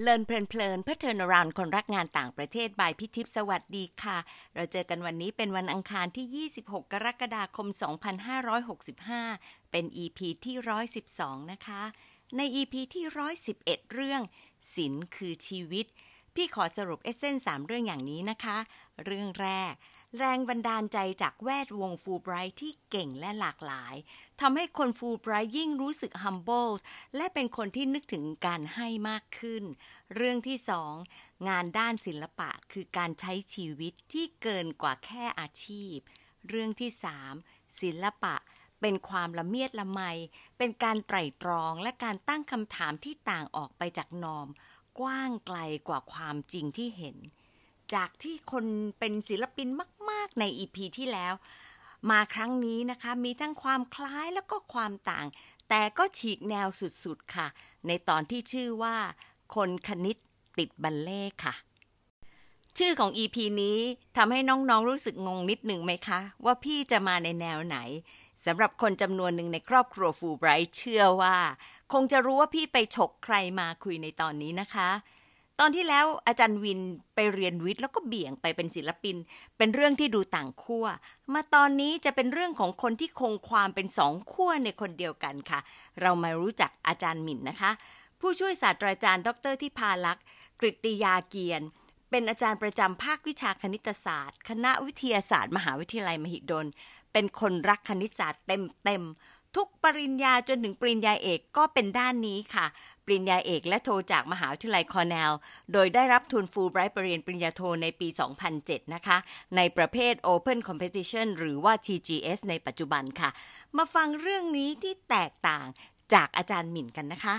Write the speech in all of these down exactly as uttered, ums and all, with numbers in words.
เลินเพลินๆเพื่อ Turn Around คนรักงานต่างประเทศบายพี่ทิพย์สวัสดีค่ะเราเจอกันวันนี้เป็นวันอังคารที่ยี่สิบหกกรกฎาคมสองพันห้าร้อยหกสิบห้าเป็น อี พี ที่หนึ่งร้อยสิบสองนะคะใน อี พี ที่หนึ่งร้อยสิบเอ็ดเรื่องศิลป์คือชีวิตพี่ขอสรุปเอเซนส์สามเรื่องอย่างนี้นะคะเรื่องแรกแรงบันดาลใจจากแวดวงฟูลไบรท์ที่เก่งและหลากหลายทำให้คนฟูลไบรท์ยิ่งรู้สึก humble และเป็นคนที่นึกถึงการให้มากขึ้นเรื่องที่สองงานด้านศิลปะคือการใช้ชีวิตที่เกินกว่าแค่อาชีพเรื่องที่สามศิลปะเป็นความละเมียดละไมเป็นการไตร่ตรองและการตั้งคำถามที่ต่างออกไปจากนอร์มกว้างไกลกว่าความจริงที่เห็นจากที่คนเป็นศิลปินมากๆใน อี พี ที่แล้วมาครั้งนี้นะคะมีทั้งความคล้ายแล้วก็ความต่างแต่ก็ฉีกแนวสุดๆค่ะในตอนที่ชื่อว่าคนคณิตติดบัลเล่ค่ะชื่อของ อี พี นี้ทำให้น้องๆรู้สึกงงนิดหนึ่งไหมคะว่าพี่จะมาในแนวไหนสำหรับคนจำนวนหนึ่งในครอบครัวฟูลไบรท์เชื่อว่าคงจะรู้ว่าพี่ไปฉกใครมาคุยในตอนนี้นะคะตอนที่แล้วอาจารย์วินไปเรียนวิทย์แล้วก็เบี่ยงไปเป็นศิลปินเป็นเรื่องที่ดูต่างขั้วมาตอนนี้จะเป็นเรื่องของคนที่คงความเป็นสองขั้วในคนเดียวกันค่ะเรามารู้จักอาจารย์หมิ่นนะคะผู้ช่วยศาสตราจารย์ดรทิพาลักษณ์กฤติยาเกียรติเป็นอาจารย์ประจำภาควิชาคณิตศาสตร์คณะวิทยาศาสตร์มหาวิทยาลัยมหิดลเป็นคนรักคณิตศาสตร์เต็มๆทุกปริญญาจนถึงปริญญาเอกก็เป็นด้านนี้ค่ะปริญญาเอกและโทจากมหาวิทยาลัยคอร์เนลโดยได้รับทุนฟูลไบรท์ไปเรียนปริญญาโทในปีสองพันเจ็ดนะคะในประเภท Open Competition หรือว่า ที จี เอส ในปัจจุบันค่ะมาฟังเรื่องนี้ที่แตกต่างจากอาจารย์หมิ่นกันนะคะ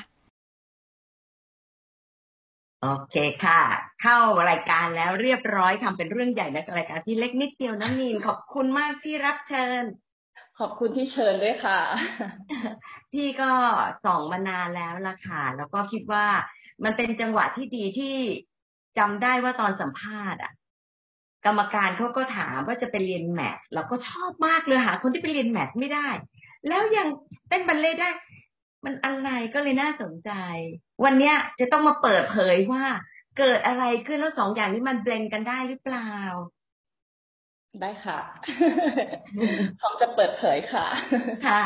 โอเคค่ะเข้ารายการแล้วเรียบร้อยทำเป็นเรื่องใหญ่นะรายการที่เล็กนิดเดียวนะมีนขอบคุณมากที่รับเชิญขอบคุณที่เชิญด้วยค่ะพี่ก็ส่องมานานแล้วล่ะค่ะแล้วก็คิดว่ามันเป็นจังหวะที่ดีที่จำได้ว่าตอนสัมภาษณ์อ่ะกรรมการเขาก็ถามว่าจะไปเรียนแมทเราก็ชอบมากเลยหาคนที่ไปเรียนแมทไม่ได้แล้วยังเต้นบัลเล่ต์ได้มันอะไรก็เลยน่าสนใจวันเนี้ยจะต้องมาเปิดเผยว่าเกิดอะไรขึ้นแล้วสองอย่างนี้มันเบลนด์กันได้หรือเปล่าได้ค่ะพร้อมจะเปิดเผยค่ะค่ะ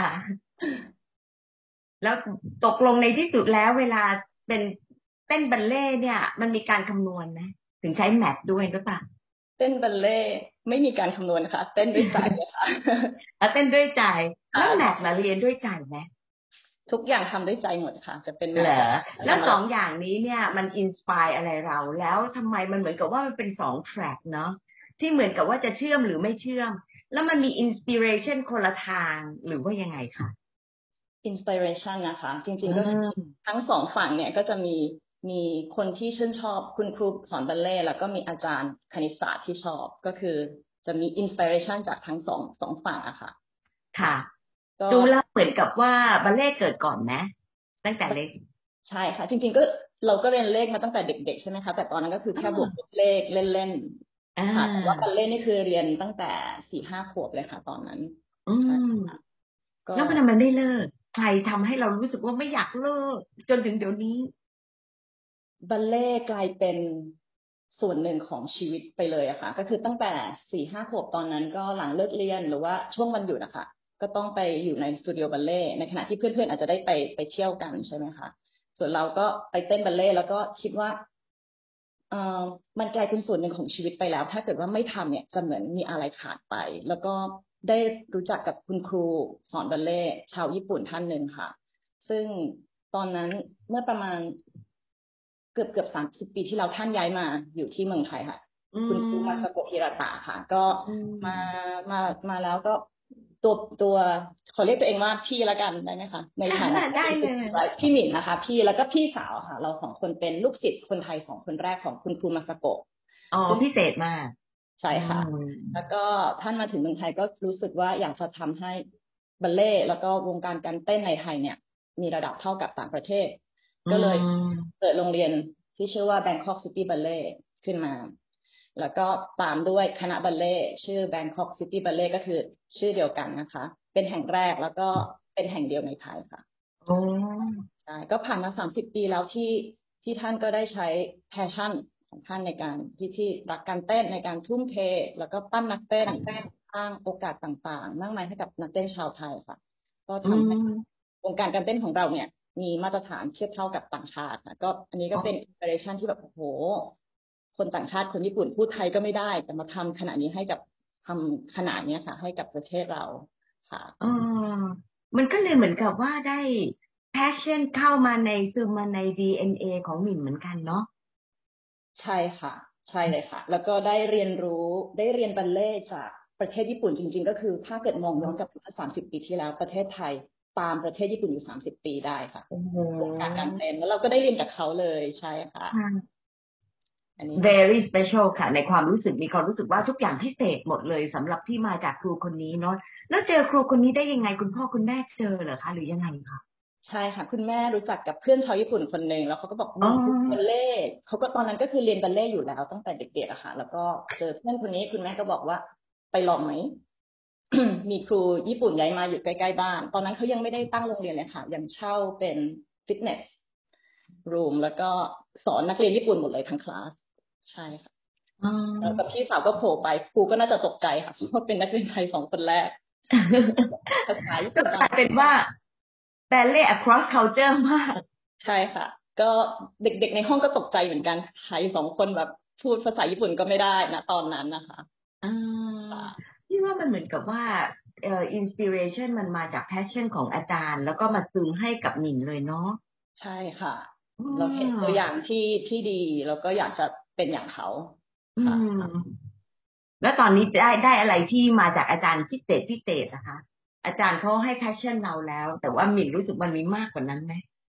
แล้วตกลงในที่สุดแล้วเวลาเป็นเต้นบัลเล่ต์เนี่ยมันมีการคำนวณไหมถึงใช้แมทด้วยหรือเปล่าเต้นบัลเล่ต์ไม่มีการคำนวณค่ะเต้นด้วยใจค่ะเต้นด้วยใจแล้วแมทมาเรียนด้วยใจไหมทุกอย่างทำด้วยใจหมดค่ะจะเป็นเหรอแล้วสองอย่างนี้เนี่ยมันอินสไปร์อะไรเราแล้วทำไมมันเหมือนกับว่ามันเป็นสองแทร็กเนาะที่เหมือนกับว่าจะเชื่อมหรือไม่เชื่อมแล้วมันมีอินสปิเรชันคนละทางหรือว่ายังไงคะอินสปิเรชันนะคะจริงๆก็ทั้งสองฝั่งเนี่ยก็จะมีมีคนที่ชื่นชอบคุณครูสอนบัลเล่ต์แล้วก็มีอาจารย์คณิตศาสตร์ที่ชอบก็คือจะมีอินสปิเรชันจากทั้งสองสองฝั่งอะค่ะค่ะดูแล้วเหมือนกับว่าบัลเล่ต์เกิดก่อนไหมตั้งแต่เล็กใช่ค่ะจริงๆก็เราก็เรียนเลขมาตั้งแต่เด็กๆใช่ไหมคะแต่ตอนนั้นก็คือแค่บวกเลขเล่นๆค่ะแต่ว่าบัลเล่ต์นี่คือเรียนตั้งแต่สี่ห้าขวบเลยค่ะตอนนั้นใช่ค่ะแล้วมันทำไมไม่เลิกใครทำให้เรารู้สึกว่าไม่อยากเลิกจนถึงเดี๋ยวนี้บัลเล่ต์กลายเป็นส่วนหนึ่งของชีวิตไปเลยอะค่ะก็คือตั้งแต่สี่ห้าขวบตอนนั้นก็หลังเลิกเรียนหรือว่าช่วงวันหยุดอะค่ะก็ต้องไปอยู่ในสตูดิโอบัลเล่ต์ในขณะที่เพื่อนๆอาจจะได้ไปไปเที่ยวกันใช่ไหมคะส่วนเราก็ไปเต้นบัลเล่ต์แล้วก็คิดว่าเอ่อมันกลายเป็นส่วนหนึ่งของชีวิตไปแล้วถ้าเกิดว่าไม่ทำเนี่ยจะเหมือนมีอะไรขาดไปแล้วก็ได้รู้จักกับคุณครูสอนบัลเล่ต์ชาวญี่ปุ่นท่านหนึ่งค่ะซึ่งตอนนั้นเมื่อประมาณเกือบเกือบสามสิบปีที่เราท่านย้ายมาอยู่ที่เมืองไทยค่ะคุณครูมาสโกะฮิราตะค่ะก็มามามาแล้วก็ตัวตัวขอเรียกตัวเองว่าพี่ละกันได้ไหมคะในฐานะได้เลยพี่หมิ่นนะคะพี่แล้วก็พี่สาวค่ะเราสองคนเป็นลูกศิษย์คนไทยสองคนแรกของคุณครูมาสโกะอ๋อพิเศษมากใช่ค่ะแล้วก็ท่านมาถึงเมืองไทยก็รู้สึกว่าอยากจะทำให้บัลเล่ต์แล้วก็วงการการเต้นในไทยเนี่ยมีระดับเท่ากับต่างประเทศก็เลยเปิดโรงเรียนที่ชื่อว่า Bangkok City Ballet ขึ้นมาแล้วก็ตามด้วยคณะบัลเล่ต์ชื่อ Bangkok City Ballet ก็คือชื่อเดียวกันนะคะเป็นแห่งแรกแล้วก็เป็นแห่งเดียวในไทยค่ะโอ้ใช่ก็ผ่านมาสามสิบปีแล้วที่ที่ท่านก็ได้ใช้แพชชั่นของท่านในการที่ที่รักการเต้นในการทุ่มเทแล้วก็ปั้นนักเต้นสร้างโอกาสต่างๆมากมายให้กับนักเต้นชาวไทยค่ะก็ทำให้วงการการเต้นของเราเนี่ยมีมาตรฐานเทียบเท่ากับต่างชาติค่ะก็อันนี้ก็เป็นอินสปิเรชันที่แบบโอ้โหคนต่างชาติคนญี่ปุ่นพูดไทยก็ไม่ได้แต่มาทำขนาดนี้ให้กับทำขนาดนี้ค่ะให้กับประเทศเราค่ะอ๋อมันก็เลยเหมือนกับว่าได้ passion เข้ามาในซึมมาใน ดี เอ็น เอ ของหมิ่นเหมือนกันเนาะใช่ค่ะใช่เลยค่ะแล้วก็ได้เรียนรู้ได้เรียนบัลเล่ต์จากประเทศญี่ปุ่นจริงๆก็คือถ้าเกิดมองย้อนกลับไปสามสิบปีที่แล้วประเทศไทยตามประเทศญี่ปุ่นอยู่สามสิบปีได้ค่ะวงการการเต้นแล้วเราก็ได้เรียนจากเขาเลยใช่ค่ะอันนี้ very special ค่ะในความรู้สึกมีความรู้สึกว่าทุกอย่างพิเศษหมดเลยสำหรับที่มาจากครูคนนี้เนาะแล้วเจอครูคนนี้ได้ยังไงคุณพ่อคุณแม่เจอเหรอคะหรือยังไงคะใช่ค่ะคุณแม่รู้จักกับเพื่อนชาวญี่ปุ่นคนหนึ่งแล้วเขาก็บอกมีบัลเล่ต์เขาก็ตอนนั้นก็คือเรียนบัลเล่ต์อยู่แล้วตั้งแต่เด็กๆอะค่ะแล้วก็เจอเพื่อนคนนี้คุณแม่ก็บอกว่าไปลองไหม มีครูญี่ปุ่นย้ายมาอยู่ใกล้ๆบ้านตอนนั้นเขายังไม่ได้ตั้งโรงเรียนเลยค่ะยังเช่าเป็นฟิตเนสรูมแล้วก็สอนนักเรียนญี่ปุ่นหมดเลยทั้งคลาสใช่ค่ะแล้วกับพี่สาวก็โผล่ไปครูก็น่าจะตกใจค่ะเพราะเป็นนักเรียนไทยสองคนแรกภาษาญี่ปุ่นก็เป็นว่าballet across culture มากใช่ค่ะก็เด็กๆในห้องก็ตกใจเหมือนกันไทยสองคนแบบพูดภาษาญี่ปุ่นก็ไม่ได้นะตอนนั้นนะคะอ่าที่ว่ามันเหมือนกับว่าเอ่อ inspiration มันมาจาก passion ของอาจารย์แล้วก็มาซึมให้กับหมิ่นเลยเนาะใช่ค่ะเราเห็นตัวอย่างที่ที่ดีแล้วก็อยากจะเป็นอย่างเขาค่ะแล้วตอนนี้ได้ได้อะไรที่มาจากอาจารย์พิเศษพิเศษนะคะอาจารย์เขาให้ passion เราแล้วแต่ว่าหมิ่นรู้สึกมันมีมากกว่านั้นไหม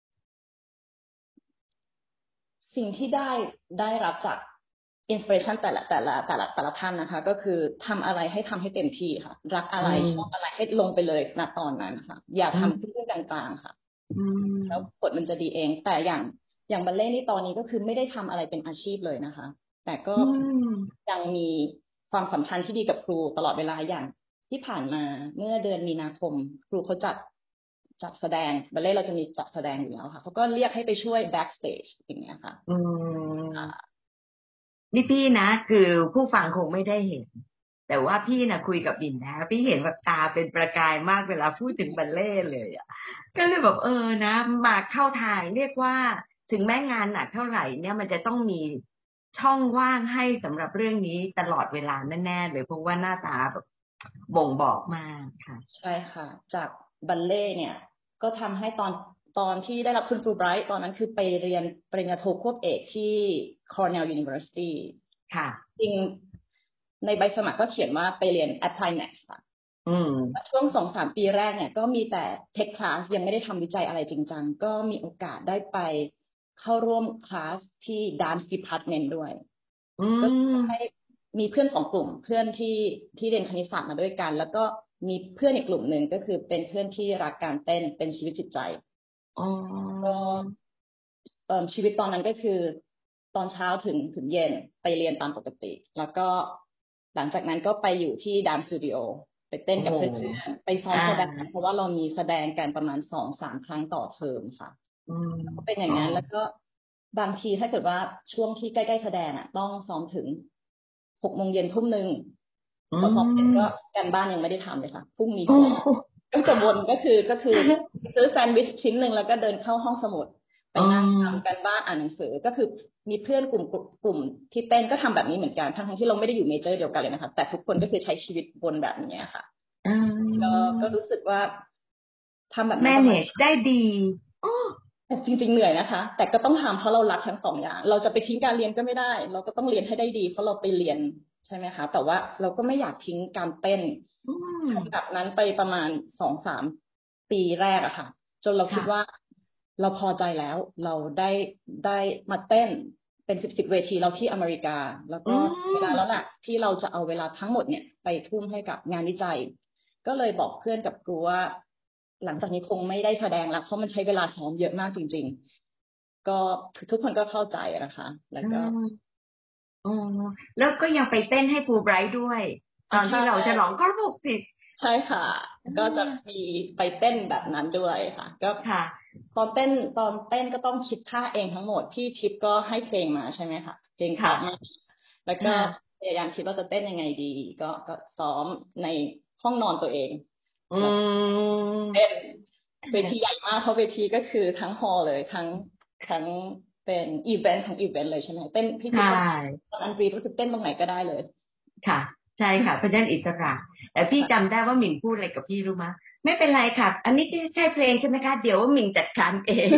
สิ่งที่ได้ได้รับจากอินสปิเรชันแต่ละแต่ละแต่ละแต่ละท่านนะคะก็คือทำอะไรให้ทำให้เต็มที่ค่ะรักอะไรชอบอะไรให้ลงไปเลยณตอนนั้นค่ะอย่าทำเรื่องกลางๆค่ะแล้วผลมันจะดีเองแต่อย่างอย่างบัลเล่ต์นี่ตอนนี้ก็คือไม่ได้ทำอะไรเป็นอาชีพเลยนะคะแต่ก็ยังมีความสัมพันธ์ที่ดีกับครูตลอดเวลาอย่างที่ผ่านมาเมื่อเดือนมีนาคมครูเขาจัดจัดแสดงบัลเล่ต์เราจะมีจัดแสดงอยู่แล้วค่ะเขาก็เรียกให้ไปช่วย backstage อย่างเงี้ยค่ะนี่พี่นะคือผู้ฟังคงไม่ได้เห็นแต่ว่าพี่นะคุยกับบินแล้วพี่เห็นแบบตาเป็นประกายมากเวลาพูดถึงบัลเล่ต์เลยอ่ะก็เลยแบบเออนะมาเข้าทางเรียกว่าถึงแม้งานหนักเท่าไหร่เนี่ยมันจะต้องมีช่องว่างให้สำหรับเรื่องนี้ตลอดเวลาแน่ๆเลยเพราะว่าหน้าตาแบบบ่งบอกมากค่ะใช่ค่ะจากบัลเล่ต์เนี่ยก็ทำให้ตอนตอนที่ได้รับทุนฟูลไบรท์ตอนนั้นคือไปเรียนปริญญาโทควบเอกที่ Cornell University ค่ะจริงในใบสมัครก็เขียนว่าไปเรียน Apply Math ค่ะช่วงสองสามปีแรกเนี่ยก็มีแต่เทคคลาสยังไม่ได้ทำวิจัยอะไรจริงจังก็มีโอกาสได้ไปเข้าร่วมคลาสที่ Dance Department ด้วยก็ให้มีเพื่อนสองกลุ่มเพื่อนที่ที่เรียนคณิตศาสตร์มาด้วยกันแล้วก็มีเพื่อนอีกกลุ่มหนึ่งก็คือเป็นเพื่อนที่รักการเต้นเป็นชีวิตจิตใจก็เอ่อชีวิตตอนนั้นก็คือตอนเช้าถึงถึงเย็นไปเรียนตามปกติแล้วก็หลังจากนั้นก็ไปอยู่ที่ดามสตูดิโอไปเต้นกับเพื่อนๆไปซ้อมแสดงเพราะว่าเรามีแสดงกันประมาณสองสามครั้งต่อเทอมค่ะก็เป็นอย่างนั้นแล้วก็บางทีถ้าเกิดว่าช่วงที่ใกล้ๆแสดงอ่ะต้องซ้อมถึงหกโมงเย็นทุ่มหนึ่งพอซ้อมเสร็จก็การบ้านยังไม่ได้ทำเลยค่ะพรุ่งนี้ก็จะวนก็คือก็คือซื้อแซนด์วิชชิ้นหนึ่งแล้วก็เดินเข้าห้องสมุดไปนั่งทำการบ้านอ่านหนังสือก็คือมีเพื่อนกลุ่มกลุ่มที่เต้นก็ทำแบบนี้เหมือนกันทั้งๆที่เราไม่ได้อยู่เมเจอร์เดียวกันเลยนะคะแต่ทุกคนก็คือใช้ชีวิตบนแบบนี้ค่ะก็ก็รู้สึกว่าทำแบบ manage ได้ดีแต่จริงๆเหนื่อยนะคะแต่ก็ต้องทำเพราะเรารักทั้งสองอย่างเราจะไปทิ้งการเรียนก็ไม่ได้เราก็ต้องเรียนให้ได้ดีเพราะเราไปเรียนใช่ไหมคะแต่ว่าเราก็ไม่อยากทิ้งการเต้นแบบนั้นไปประมาณสองสามปีแรกอะค่ะจนเราคิดว่าเราพอใจแล้วเราได้ได้มาเต้นเป็นสิบสิบเวทีเราที่อเมริกาแล้วก็เวลาแล้วแหละที่เราจะเอาเวลาทั้งหมดเนี่ยไปทุ่มให้กับงานวิจัยก็เลยบอกเพื่อนกับครูว่าหลังจากนี้คงไม่ได้แสดงแล้วเพราะมันใช้เวลาซ้อมเยอะมากจริงๆก็ทุกคนก็เข้าใจนะคะแล้วก็อ๋อแล้วก็ยังไปเต้นให้ฟูลไบรท์ด้วยตอนที่เราจะร้องก็หกสิบใช่ค่ะก็จะมีไปเต้นแบบนั้นด้วยค่ะก็ค่ะตอนเต้นตอนเต้นก็ต้องคิดท่าเองทั้งหมดพี่ทิพย์ก็ให้เพลงมาใช่ไหมคะเพลงเพราะมากแล้วก็พยายามคิดว่าจะเต้นยังไงดีก็ก็ซ้อมในห้องนอนตัวเองเต้นเวทีใหญ่มากเพราะเวทีก็คือทั้งฮอลล์เลยทั้งทั้งเป็นอีเวนต์ทั้งอีเวนต์เลยใช่ไหมเต้นพี่ทิพย์ตอนอันรีก็คือเต้นตรงไหนก็ได้เลยค่ะใช่ค่ะเพราะฉะนั้นอิสระแต่พี่จำได้ว่าหมิงพูดอะไรกับพี่รู้ไหมไม่เป็นไรค่ะอันนี้ใช่เพลงใช่ไหมคะเดี๋ยวว่าหมิงจัดการเอง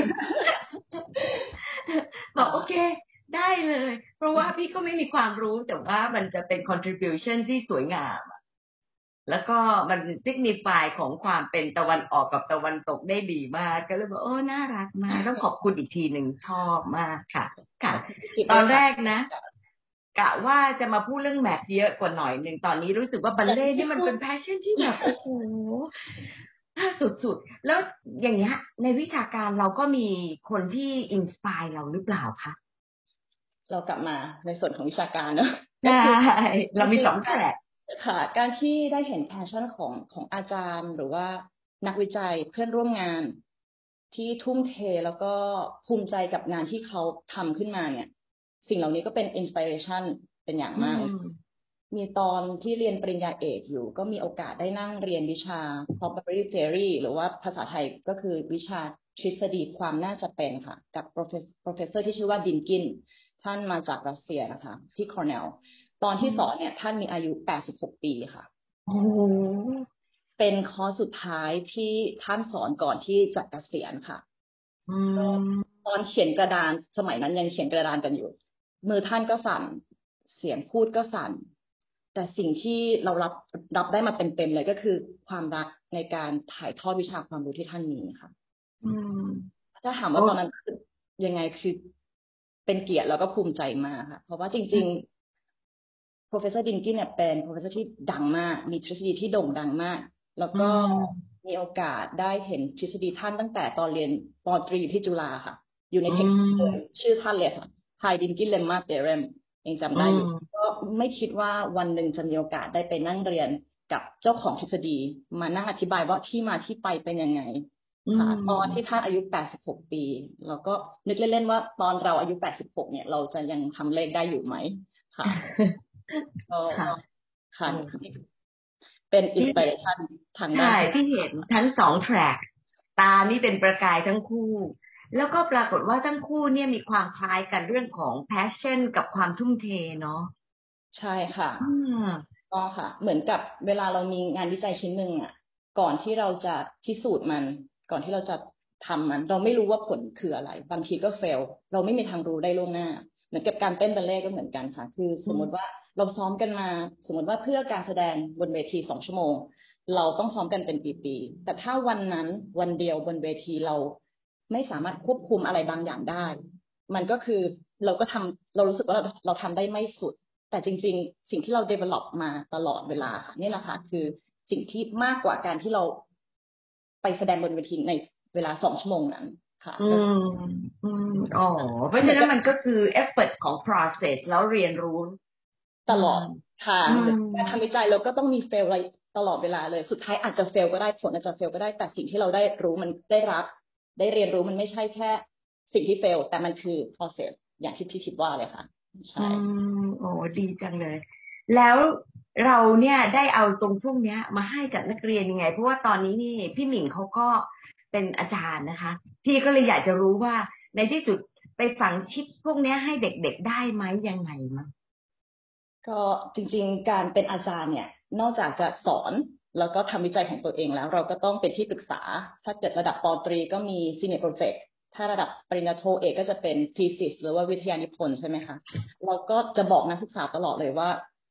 บอกโอเคได้เลยเพราะว่าพี่ก็ไม่มีความรู้แต่ว่ามันจะเป็น contribution ที่สวยงามแล้วก็มัน signify ของความเป็นตะวันออกกับตะวันตกได้ดีมากก็เลยบอกโอ้น่ารักมากต้องขอบคุณอีกทีหนึ่งชอบมากค่ะค่ะตอนแรกนะกะว่าจะมาพูดเรื่องแมทเยอะกว่าหน่อยหนึ่งตอนนี้รู้สึกว่าบัลเล่ต์นี่มันเป็นแพชชั่นที่แบบโอ้โหถ้าสุดๆแล้วอย่างเงี้ยในวิชาการเราก็มีคนที่อินสปายเราหรือเปล่าคะเรากลับมาในส่วนของวิชาการเนอะใช่เรามีสองแทร็กค่ะการที่ได้เห็นแพชชั่นของของอาจารย์หรือว่านักวิจัยเพื่อนร่วมงานที่ทุ่มเทแล้วก็ภูมิใจกับงานที่เขาทำขึ้นมาเนี่ยสิ่งเหล่านี้ก็เป็นอินสปิเรชันเป็นอย่างมากมีตอนที่เรียนปริญญาเอกอยู่ก็มีโอกาสได้นั่งเรียนวิชา probability theory หรือว่าภาษาไทยก็คือวิชาทฤษฎีความน่าจะเป็นค่ะกับ professor ที่ชื่อว่าดินกินท่านมาจากรัสเซียนะคะที่คอร์เนลตอนที่สอนเนี่ยท่านมีอายุแปดสิบหกปีค่ะโอ้เป็นคอร์สสุดท้ายที่ท่านสอนก่อนที่จะเกษียณค่ะตอนเขียนกระดานสมัยนั้นยังเขียนกระดานกันอยู่มือท่านก็สั่นเสียงพูดก็สั่นแต่สิ่งที่เรารับรับได้มาเต็มๆเลยก็คือความรักในการถ่ายทอดวิชาความรู้ที่ท่านมีค่ะถ้าถามว่าตอนนั้นยังไงคือเป็นเกียรติแล้วก็ภูมิใจมากค่ะเพราะว่าจริงๆ professor Dinkin เนี่ยเป็น professor ที่ดังมากมีทฤษฎีที่โด่งดังมากแล้วก็มีโอกาสได้เห็นทฤษฎีท่านตั้งแต่ตอนเรียนป.ตรีอยู่ที่จุฬาค่ะอยู่ในเทคนิคชื่อท่านเลยค่ะ High Dinkin Lemma Theorem ยังจำได้อยู่ก็ไม่คิดว่าวันหนึ่งจะมีโอกาสได้ไปนั่งเรียนกับเจ้าของทฤษฎีมานั่งอธิบายว่าที่มาที่ไปเป็นยังไงค่ะตอนที่ท่านอายุแปดสิบหกปีเราก็นึกเล่นๆว่าตอนเราอายุแปดสิบหกเนี่ยเราจะยังทำเลขได้อยู่ไหมค่ะก็ค่ะเป็นอินสปิเรชันทางด้านใช่ที่เห็นทั้งสองแทร็กตานี่เป็นประกายทั้งคู่แล้วก็ปรากฏว่าทั้งคู่เนี่ยมีความคล้ายกันเรื่องของแพชชั่นกับความทุ่มเทเนาะใช่ค่ะก็ค่ะเหมือนกับเวลาเรามีงานวิจัยชิ้นหนึ่งอ่ะก่อนที่เราจะพิสูจน์มันก่อนที่เราจะทำมันเราไม่รู้ว่าผลคืออะไรบางทีก็เฟลเราไม่มีทางรู้ได้ล่วงหน้าเหมือนกับการเต้นบัลเล่ต์ก็เหมือนกันค่ะคือสมมติว่าเราซ้อมกันมาสมมติว่าเพื่อการแสดงบนเวทีสองชั่วโมงเราต้องซ้อมกันเป็นปีๆแต่ถ้าวันนั้นวันเดียวบนเวทีเราไม่สามารถควบคุมอะไรบางอย่างได้มันก็คือเราก็ทำเรารู้สึกว่าเราเราทำได้ไม่สุดแต่จริงๆสิ่งที่เรา develop มาตลอดเวลาค่ะนี่แหละค่ะคือสิ่งที่มากกว่าการที่เราไปแสดงบนเวทีในเวลาสองชั่วโมงนั้นค่ะอืมอืมอ๋อเพราะฉะนั้นมันก็คือ effort ของ process แล้วเรียนรู้ตลอดค่ะการทำวิจัยเราก็ต้องมี fail อะไรตลอดเวลาเลยสุดท้ายอาจจะ fail ก็ได้ผลอาจจะ fail ก็ได้แต่สิ่งที่เราได้รู้มันได้รับได้เรียนรู้มันไม่ใช่แค่สิ่งที่ fail แต่มันคือ process อย่างที่พี่ทิพย์ว่าเลยค่ะใช่โอ้ดีจังเลยแล้วเราเนี่ยได้เอาตรงพวกนี้มาให้กับนักเรียนยังไงเพราะว่าตอนนี้นี่พี่หมิงเขาก็เป็นอาจารย์นะคะพี่ก็เลยอยากจะรู้ว่าในที่สุดไปฝังชิปพวกนี้ให้เด็กๆได้ไหมยังไงมั้งก็จริงๆการเป็นอาจารย์เนี่ยนอกจากจะสอนแล้วก็ทำวิจัยของตัวเองแล้วเราก็ต้องเป็นที่ปรึกษาถ้าเกิดระดับป.ตรีก็มี Senior Project ถ้าระดับปริญญาโทเอกก็จะเป็น thesis หรือว่าวิทยานิพนธ์ใช่ไหมคะเราก็จะบอกนักศึกษาตลอดเลยว่า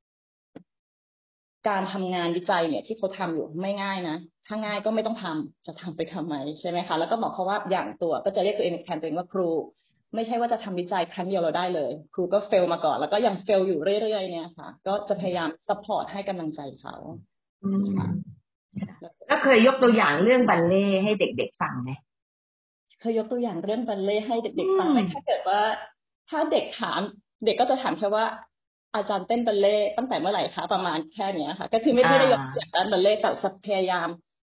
การทำงานวิจัยเนี่ยที่เขาทำอยู่ไม่ง่ายนะถ้าง่ายก็ไม่ต้องทำจะทำไปทำไมใช่ไหมคะแล้วก็บอกเขาว่าอย่างตัวก็จะเรียกตัวเองแทนตัวเองว่าครูไม่ใช่ว่าจะทำวิจัยครั้งเดียวเราได้เลยครูก็เฟลมาก่อนแล้วก็ยังเฟลอยู่เรื่อยๆเนี่ยค่ะก็จะพยายามซัพพอร์ตให้กำลังใจเขาแล้วเคยยกตัวอย่างเรื่องบัลเล่ให้เด็กๆฟังไหมเคยยกตัวอย่างเรื่องบัลเล่ให้เด็กๆฟังไหมถ้าเกิดว่าถ้าเด็กถามเด็กก็จะถามแค่ว่าอาจารย์เต้นบัลเล่ตั้งแต่เมื่อไหร่คะประมาณแค่นี้ค่ะก็คือไม่ได้ยกตัวอย่างด้านบัลเล่แต่จะพยายาม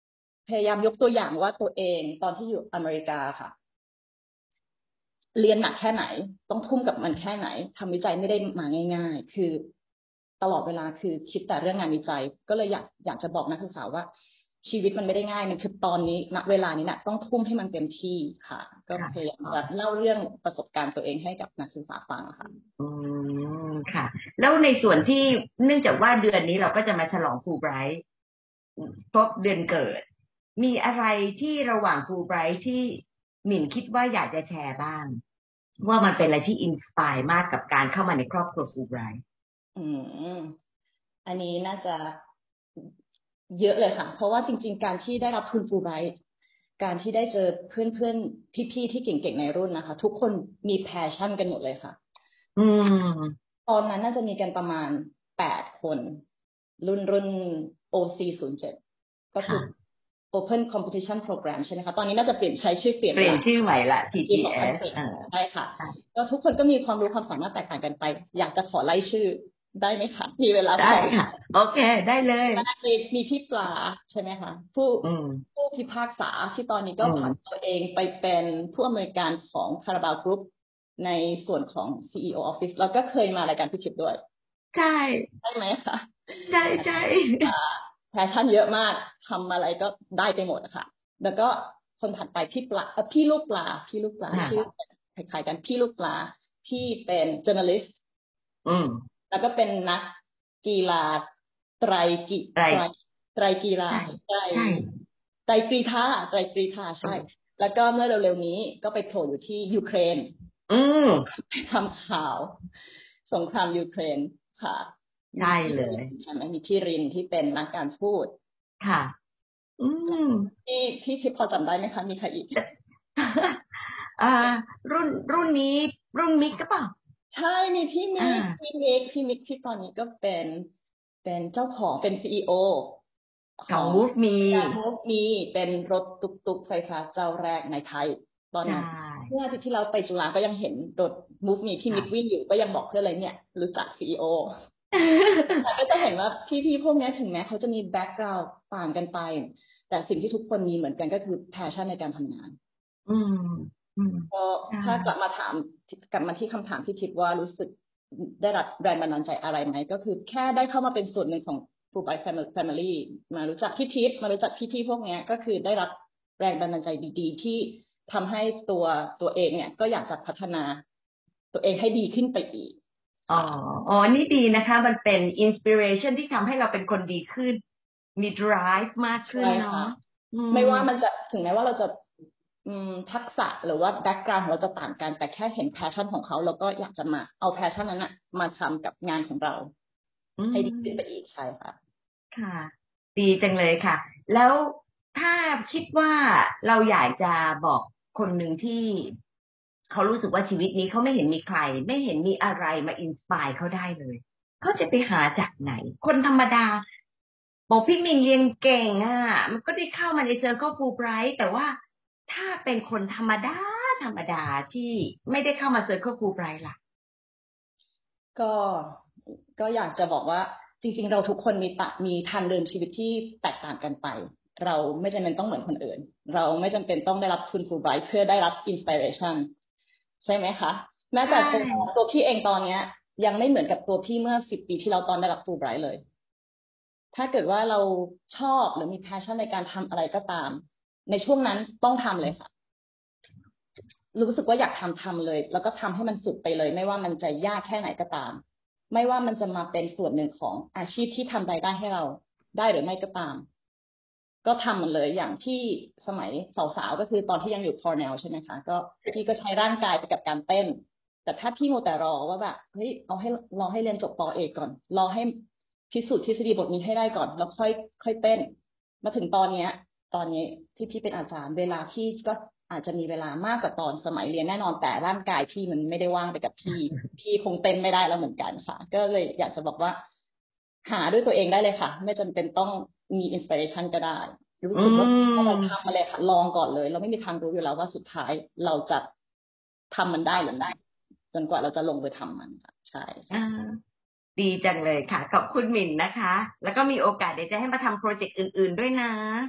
พยายามยกตัวอย่างว่าตัวเองตอนที่อยู่อเมริกาค่ะเรียนหนักแค่ไหนต้องทุ่มกับมันแค่ไหนทำวิจัยไม่ได้มาง่ายๆคือตลอดเวลาคือคิดแต่เรื่องงานวิจัยก็เลยอยากอยากจะบอกนักศึกษาว่าชีวิตมันไม่ได้ง่ายมันคือตอนนี้ณเวลานี้นะต้องทุ่มให้มันเต็มที่ค่ะก็พยายามจะเล่าเรื่องประสบการณ์ตัวเองให้กับนักศึกษาฟังค่ะอืมค่ะแล้วในส่วนที่เนื่องจากว่าเดือนนี้เราก็จะมาฉลองฟูลไบรท์ครบเดือนเกิดมีอะไรที่ระหว่างฟูลไบรท์ที่หมิ่นคิดว่าอยากจะแชร์บ้างว่ามันเป็นอะไรที่อินสไปร์มากกับการเข้ามาในครอบครัวฟูลไบรท์อืมอันนี้น่าจะเยอะเลยค่ะเพราะว่าจริงๆการที่ได้รับทุนฟูลไบรท์การที่ได้เจอเพื่อนๆพี่ๆที่เก่งๆในรุ่นนะคะทุกคนมีแพชชั่นกันหมดเลยค่ะอืมตอนนั้นน่าจะมีกันประมาณแปดคนรุ่นรุ่น โอ ซี ศูนย์ เจ็ด ก็คือ Open Competition Program ใช่ไหมคะตอนนี้น่าจะเปลี่ยนใช้ชื่อเปลี่ยนเปลี่ยนชื่อใหม่ละ ที จี เอสใช่ค่ะก็ทุกคนก็มีความรู้ความสามารถแตกต่างกันไปอยากจะขอไล่ชื่อได้ไหมคะมีเวลาได้ค่ะโอเคได้เลยมีมีพี่ปลาใช่ไหมคะผู้ผู้พิพากษาที่ตอนนี้ก็ผันตัวเองไปเป็นผู้อำนวยการของคาราบาวกรุ๊ปในส่วนของ ซี อี โอ Office แล้วก็เคยมารายการพิชิตด้วยใช่ใช่ไหมคะใช่ใช่แพชชั่นเยอะมากทำอะไรก็ได้ไปหมดค่ะแล้วก็คนถัดไปพี่ปลาพี่ลูกปลาพี่ลูกปลาชื่อคล้ายๆกันพี่ลูกปลาที่เป็น journalist อืมแล้วก็เป็นนักกีฬาไตรกีไตรไตรกีฬาใช่ไตรกรีฑาไตรกรีฑาใช่แล้วก็เมื่อเร็วๆนี้ก็ไปโผล่อยู่ที่ยูเครนอืมไปทำข่าวสงครามยูเครนค่ะใช่เลยใช่ไหมมีพี่รินที่เป็นนักการทูตค่ะอืมพี่พี่ทิพย์พอจำได้ไหมคะมีใครอีกอ่ารุ่นรุ่นนี้รุ่นมิกก็เปล่าใช่มีพี่มิกพี่มิกพี่มิกที่ตอนนี้ก็เป็นเป็นเจ้าของเป็น ซี อี โอของ Move Me Move Me เป็นรถตุ๊กๆไฟฟ้าเจ้าแรกในไทยตอนนั้นเมื่ออาทิตย์ที่เราไปจุฬาก็ยังเห็นรถ Move Me พี่มิกวิ่งอยู่ก็ยังบอกเพื่อนเลยเนี่ยรู้จัก ซี อี โอ ก็จะเห็นว่าพี่ๆพวกนี้ถึงแม้เขาจะมีแบ็คกราวด์ต่างกันไปแต่สิ่งที่ทุกคนมีเหมือนกันก็คือแพชชั่นในการทำงานอืมก็ถ้ากลับมาถามกลับมาที่คำถามที่คิดว่ารู้สึกได้รับแรงบันดาลใจอะไรไหมก็คือแค่ได้เข้ามาเป็นส่วนหนึ่งของฟูลไบรท์แฟมิลี่มารู้จักพี่ทิพย์มารู้จักพี่ๆพวกนี้ก็คือได้รับแรงบันดาลใจดีๆที่ทำให้ตัวตัวเองเนี่ยก็อยากจะพัฒนาตัวเองให้ดีขึ้นไปอีกอ๋ออ๋อนี่ดีนะคะมันเป็นอินสปิเรชันที่ทำให้เราเป็นคนดีขึ้นมี drive มากขึ้นเนาะไม่ว่ามันจะถึงแม้ว่าเราจะทักษะหรือว่าแบ็กกราวด์ของเราจะต่างกันแต่แค่เห็นแพชชั่นของเขาเราก็อยากจะมาเอาแพชชั่นนั้นนะมาทำกับงานของเราให้ดีขึ้นไปอีกใช่ค่ะค่ะดีจังเลยค่ะแล้วถ้าคิดว่าเราอยากจะบอกคนหนึ่งที่เขารู้สึกว่าชีวิตนี้เขาไม่เห็นมีใครไม่เห็นมีอะไรมาอินสไปร์เขาได้เลยเขาจะไปหาจากไหนคนธรรมดาบอกพี่มินเรียนเก่งอ่ะมันก็ได้เข้ามาในเซอร์เคิลฟูลไบรท์แต่ว่าถ้าเป็นคนธรรมดาธรรมดาที่ไม่ได้เข้ามาเซอร์เคิลฟูลไบรท์ล่ะก็ก็อยากจะบอกว่าจริงๆเราทุกคนมีตะมีทางเดินชีวิตที่แตกต่างกันไปเราไม่จำเป็นต้องเหมือนคนอื่นเราไม่จำเป็นต้องได้รับทุนฟูลไบรท์เพื่อได้รับอินสปิเรชันใช่ไหมคะแม้แต่ตัวตัวพี่เองตอนเนี้ยยังไม่เหมือนกับตัวพี่เมื่อสิบปีที่เราตอนได้รับฟูลไบรท์เลยถ้าเกิดว่าเราชอบหรือมีแพชชั่นในการทำอะไรก็ตามในช่วงนั้นต้องทำเลยค่ะรู้สึกว่าอยากทำทำเลยแล้วก็ทำให้มันสุดไปเลยไม่ว่ามันจะยากแค่ไหนก็ตามไม่ว่ามันจะมาเป็นส่วนหนึ่งของอาชีพที่ทำรายได้ให้เราได้หรือไม่ก็ตามก็ทำมันเลยอย่างที่สมัยสาวๆก็คือตอนที่ยังอยู่คอร์เนลใช่ไหมคะก็พี่ก็ใช้ร่างกายไปกับการเต้นแต่ถ้าพี่โมแต่รอว่าแบบเฮ้ยเอาให้รอให้เรียนจบป.เอกก่อนรอให้พิสูจน์ทฤษฎีบทนี้ให้ได้ก่อนแล้วค่อยค่อยเต้นมาถึงตอนเนี้ยตอนนี้ที่พี่เป็นอาจารย์เวลาพี่ก็อาจจะมีเวลามากกว่าตอนสมัยเรียนแน่นอนแต่ร่างกายพี่มันไม่ได้ว่างไปกับพี่พี่คงเต้นไม่ได้แล้วเหมือนกันค่ะก็เลยอยากจะบอกว่าหาด้วยตัวเองได้เลยค่ะไม่จำเป็นต้องมีอินสปิเรชันก็ได้รู้สึกว่าเราทำมาเลยค่ะลองก่อนเลยเราไม่มีทางรู้อยู่แล้วว่าสุดท้ายเราจะทำมันได้หรือไม่จนกว่าเราจะลงไปทำมันค่ะใช่ดีจังเลยค่ะขอบคุณหมิ่นนะคะแล้วก็มีโอกาสเดี๋ยวจะให้มาทำโปรเจกต์อื่นๆด้วยนะ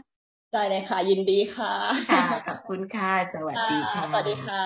ได้เลยค่ะยินดีค่ะค่ะขอบคุณค่ะสวัสดีค่ะสวัสดีค่ะ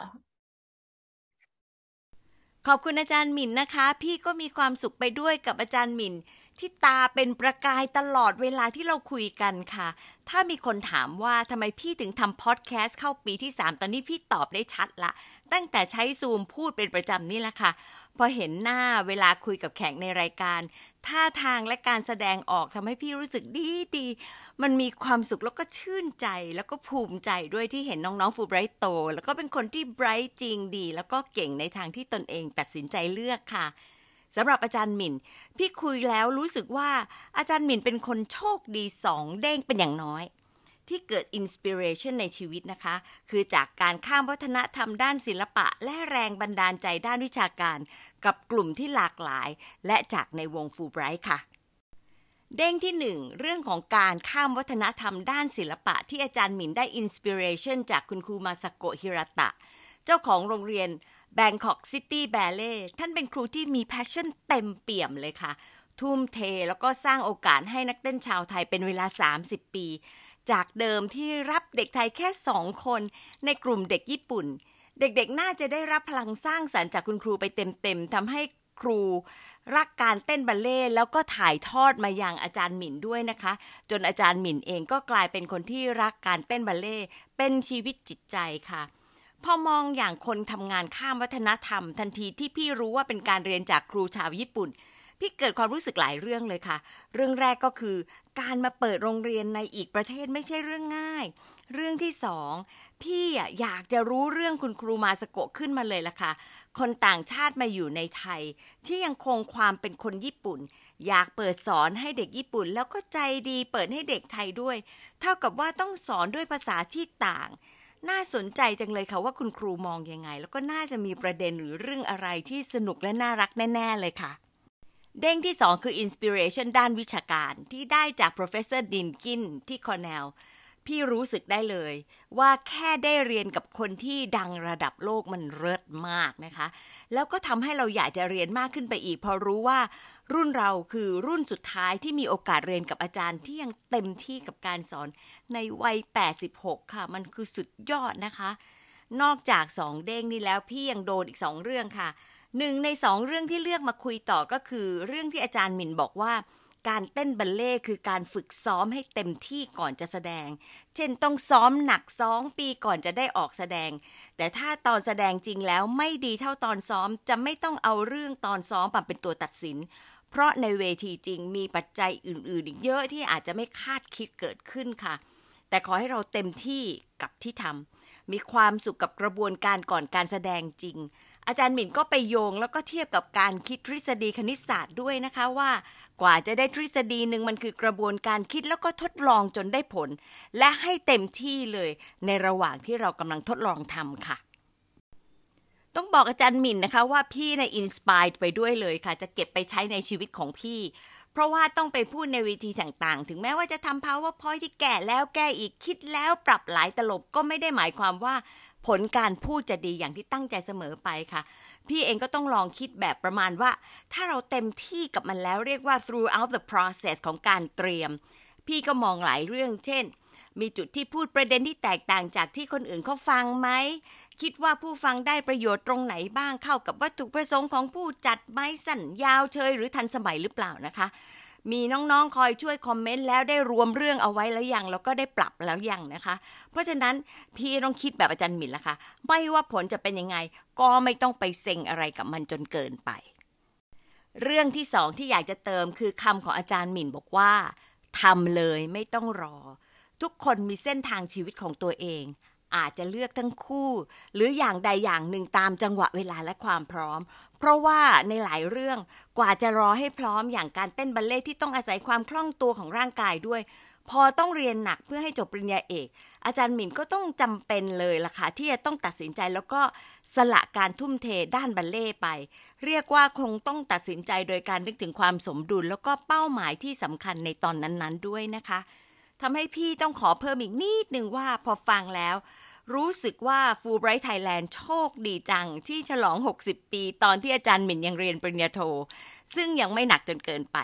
ขอบคุณอาจารย์หมิ่นนะคะพี่ก็มีความสุขไปด้วยกับอาจารย์หมิ่นที่ตาเป็นประกายตลอดเวลาที่เราคุยกันค่ะถ้ามีคนถามว่าทำไมพี่ถึงทำพอดแคสต์เข้าปีที่สามตอนนี้พี่ตอบได้ชัดละตั้งแต่ใช้ซูมพูดเป็นประจำนี่แหละค่ะพอเห็นหน้าเวลาคุยกับแขกในรายการท่าทางและการแสดงออกทำให้พี่รู้สึกดีดีมันมีความสุขแล้วก็ชื่นใจแล้วก็ภูมิใจด้วยที่เห็นน้องๆฟูไบรท์โตแล้วก็เป็นคนที่ไบรท์จริงดีแล้วก็เก่งในทางที่ตนเองตัดสินใจเลือกค่ะสำหรับอาจารย์หมิ่นพี่คุยแล้วรู้สึกว่าอาจารย์หมิ่นเป็นคนโชคดีสองเด้งเป็นอย่างน้อยที่เกิดอินสปิเรชันในชีวิตนะคะคือจากการข้ามวัฒนธรรมด้านศิลปะและแรงบันดาลใจด้านวิชาการกับกลุ่มที่หลากหลายและจากในวงฟูไบรท์ค่ะเด้งที่หนึ่งเรื่องของการข้ามวัฒนธรรมด้านศิลปะที่อาจารย์หมิ่นได้อินสปิเรชันจากคุณครูมาซาโกะฮิราตะเจ้าของโรงเรียน Bangkok City Ballet ท่านเป็นครูที่มี passion เต็มเปี่ยมเลยค่ะทุ่มเทแล้วก็สร้างโอกาสให้นักเต้นชาวไทยเป็นเวลาสามสิบปีจากเดิมที่รับเด็กไทยแค่สองคนในกลุ่มเด็กญี่ปุ่นเด็กๆน่าจะได้รับพลังสร้างสรรค์จากคุณครูไปเต็มๆทำให้ครูรักการเต้นบัลเล่ต์แล้วก็ถ่ายทอดมายังอาจารย์หมิ่นด้วยนะคะจนอาจารย์หมิ่นเองก็กลายเป็นคนที่รักการเต้นบัลเล่ต์เป็นชีวิตจิตใจค่ะพอมองอย่างคนทำงานข้ามวัฒนธรรมทันทีที่พี่รู้ว่าเป็นการเรียนจากครูชาวญี่ปุ่นพี่เกิดความรู้สึกหลายเรื่องเลยค่ะเรื่องแรกก็คือการมาเปิดโรงเรียนในอีกประเทศไม่ใช่เรื่องง่ายเรื่องที่สองพี่อยากจะรู้เรื่องคุณครูมาซาโกะขึ้นมาเลยล่ะค่ะคนต่างชาติมาอยู่ในไทยที่ยังคงความเป็นคนญี่ปุ่นอยากเปิดสอนให้เด็กญี่ปุ่นแล้วก็ใจดีเปิดให้เด็กไทยด้วยเท่ากับว่าต้องสอนด้วยภาษาที่ต่างน่าสนใจจังเลยค่ะว่าคุณครูมองยังไงแล้วก็น่าจะมีประเด็นหรือเรื่องอะไรที่สนุกและน่ารักแน่ๆเลยค่ะเด้งที่สองคืออินสปิเรชันด้านวิชาการที่ได้จาก Professor Dinkin ที่ Cornell พี่รู้สึกได้เลยว่าแค่ได้เรียนกับคนที่ดังระดับโลกมันเลิศมากนะคะแล้วก็ทำให้เราอยากจะเรียนมากขึ้นไปอีกพอรู้ว่ารุ่นเราคือรุ่นสุดท้ายที่มีโอกาสเรียนกับอาจารย์ที่ยังเต็มที่กับการสอนในวัยแปดสิบหกค่ะมันคือสุดยอดนะคะนอกจากสองเด้งนี้แล้วพี่ยังโดนอีกสองเรื่องค่ะหนึ่งในสองเรื่องที่เลือกมาคุยต่อก็คือเรื่องที่อาจารย์หมิ่นบอกว่าการเต้นบัลเล่ต์คือการฝึกซ้อมให้เต็มที่ก่อนจะแสดงเช่นต้องซ้อมหนักสองปีก่อนจะได้ออกแสดงแต่ถ้าตอนแสดงจริงแล้วไม่ดีเท่าตอนซ้อมจะไม่ต้องเอาเรื่องตอนซ้อมมาเป็นตัวตัดสินเพราะในเวทีจริงมีปัจจัยอื่นๆอีกเยอะที่อาจจะไม่คาดคิดเกิดขึ้นค่ะแต่ขอให้เราเต็มที่กับที่ทำมีความสุขกับกระบวนการก่อนการแสดงจริงอาจารย์หมิ่นก็ไปโยงแล้วก็เทียบกับการคิดทฤษฎีคณิตศาสตร์ด้วยนะคะว่ากว่าจะได้ทฤษฎีหนึ่งมันคือกระบวนการคิดแล้วก็ทดลองจนได้ผลและให้เต็มที่เลยในระหว่างที่เรากำลังทดลองทำค่ะต้องบอกอาจารย์หมิ่นนะคะว่าพี่ในอินสไปร์ไปด้วยเลยค่ะจะเก็บไปใช้ในชีวิตของพี่เพราะว่าต้องไปพูดในเวทีต่างๆถึงแม้ว่าจะทำ PowerPoint ที่แก่แล้วแก้อีกคิดแล้วปรับหลายตลบก็ไม่ได้หมายความว่าผลการพูดจะดีอย่างที่ตั้งใจเสมอไปค่ะพี่เองก็ต้องลองคิดแบบประมาณว่าถ้าเราเต็มที่กับมันแล้วเรียกว่า throughout the process ของการเตรียมพี่ก็มองหลายเรื่องเช่นมีจุดที่พูดประเด็นที่แตกต่างจากที่คนอื่นเขาฟังไหมคิดว่าผู้ฟังได้ประโยชน์ตรงไหนบ้างเข้ากับวัตถุประสงค์ของผู้จัดไหมสั้นยาวเชยหรือทันสมัยหรือเปล่านะคะมีน้องๆคอยช่วยคอมเมนต์แล้วได้รวมเรื่องเอาไว้แล้วยังแล้วก็ได้ปรับแล้วยังนะคะเพราะฉะนั้นพี่ต้องคิดแบบอาจารย์หมิ่นละค่ะไม่ว่าผลจะเป็นยังไงก็ไม่ต้องไปเซ็งอะไรกับมันจนเกินไปเรื่องที่สองที่อยากจะเติมคือคำของอาจารย์หมิ่นบอกว่าทำเลยไม่ต้องรอทุกคนมีเส้นทางชีวิตของตัวเองอาจจะเลือกทั้งคู่หรืออย่างใดอย่างหนึ่งตามจังหวะเวลาและความพร้อมเพราะว่าในหลายเรื่องกว่าจะรอให้พร้อมอย่างการเต้นบัลเล่ต์ที่ต้องอาศัยความคล่องตัวของร่างกายด้วยพอต้องเรียนหนักเพื่อให้จบปริญญาเอกอาจารย์หมิ่นก็ต้องจำเป็นเลยล่ะค่ะที่จะต้องตัดสินใจแล้วก็สละการทุ่มเทด้านบัลเล่ต์ไปเรียกว่าคงต้องตัดสินใจโดยการนึกถึงความสมดุลแล้วก็เป้าหมายที่สำคัญในตอนนั้นๆด้วยนะคะทำให้พี่ต้องขอเพิ่มอีกนิดนึงว่าพอฟังแล้วรู้สึกว่า Fulbright Thailand โชคดีจังที่ฉลองหกสิบปีตอนที่อาจารย์หมิ่นยังเรียนปริญญาโทซึ่งยังไม่หนักจนเกินไป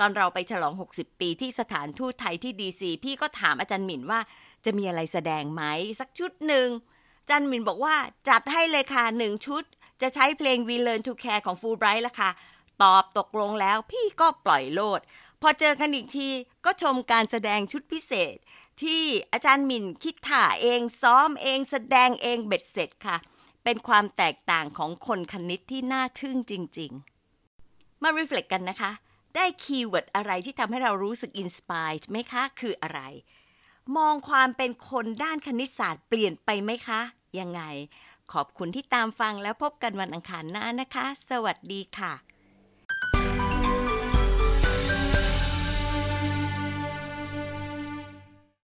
ตอนเราไปฉลองหกสิบปีที่สถานทูตไทยที่ดีซีพี่ก็ถามอาจารย์หมิ่นว่าจะมีอะไรแสดงไหมสักชุดหนึ่งอาจารย์หมิ่นบอกว่าจัดให้เลยค่ะหนึ่งชุดจะใช้เพลง We Learn to Care ของ Fulbright ละค่ะตอบตกลงแล้วพี่ก็ปล่อยโลดพอเจอกันอีกทีก็ชมการแสดงชุดพิเศษที่อาจารย์หมิ่นคิดท่าเองซ้อมเองแสดงเองเบ็ดเสร็จค่ะเป็นความแตกต่างของคนคณิตที่น่าทึ่งจริงๆมา reflect กันนะคะได้คีย์เวิร์ดอะไรที่ทำให้เรารู้สึก inspired ไหมคะคืออะไรมองความเป็นคนด้านคณิตศาสตร์เปลี่ยนไปไหมคะยังไงขอบคุณที่ตามฟังแล้วพบกันวันอังคารหน้านะคะสวัสดีค่ะ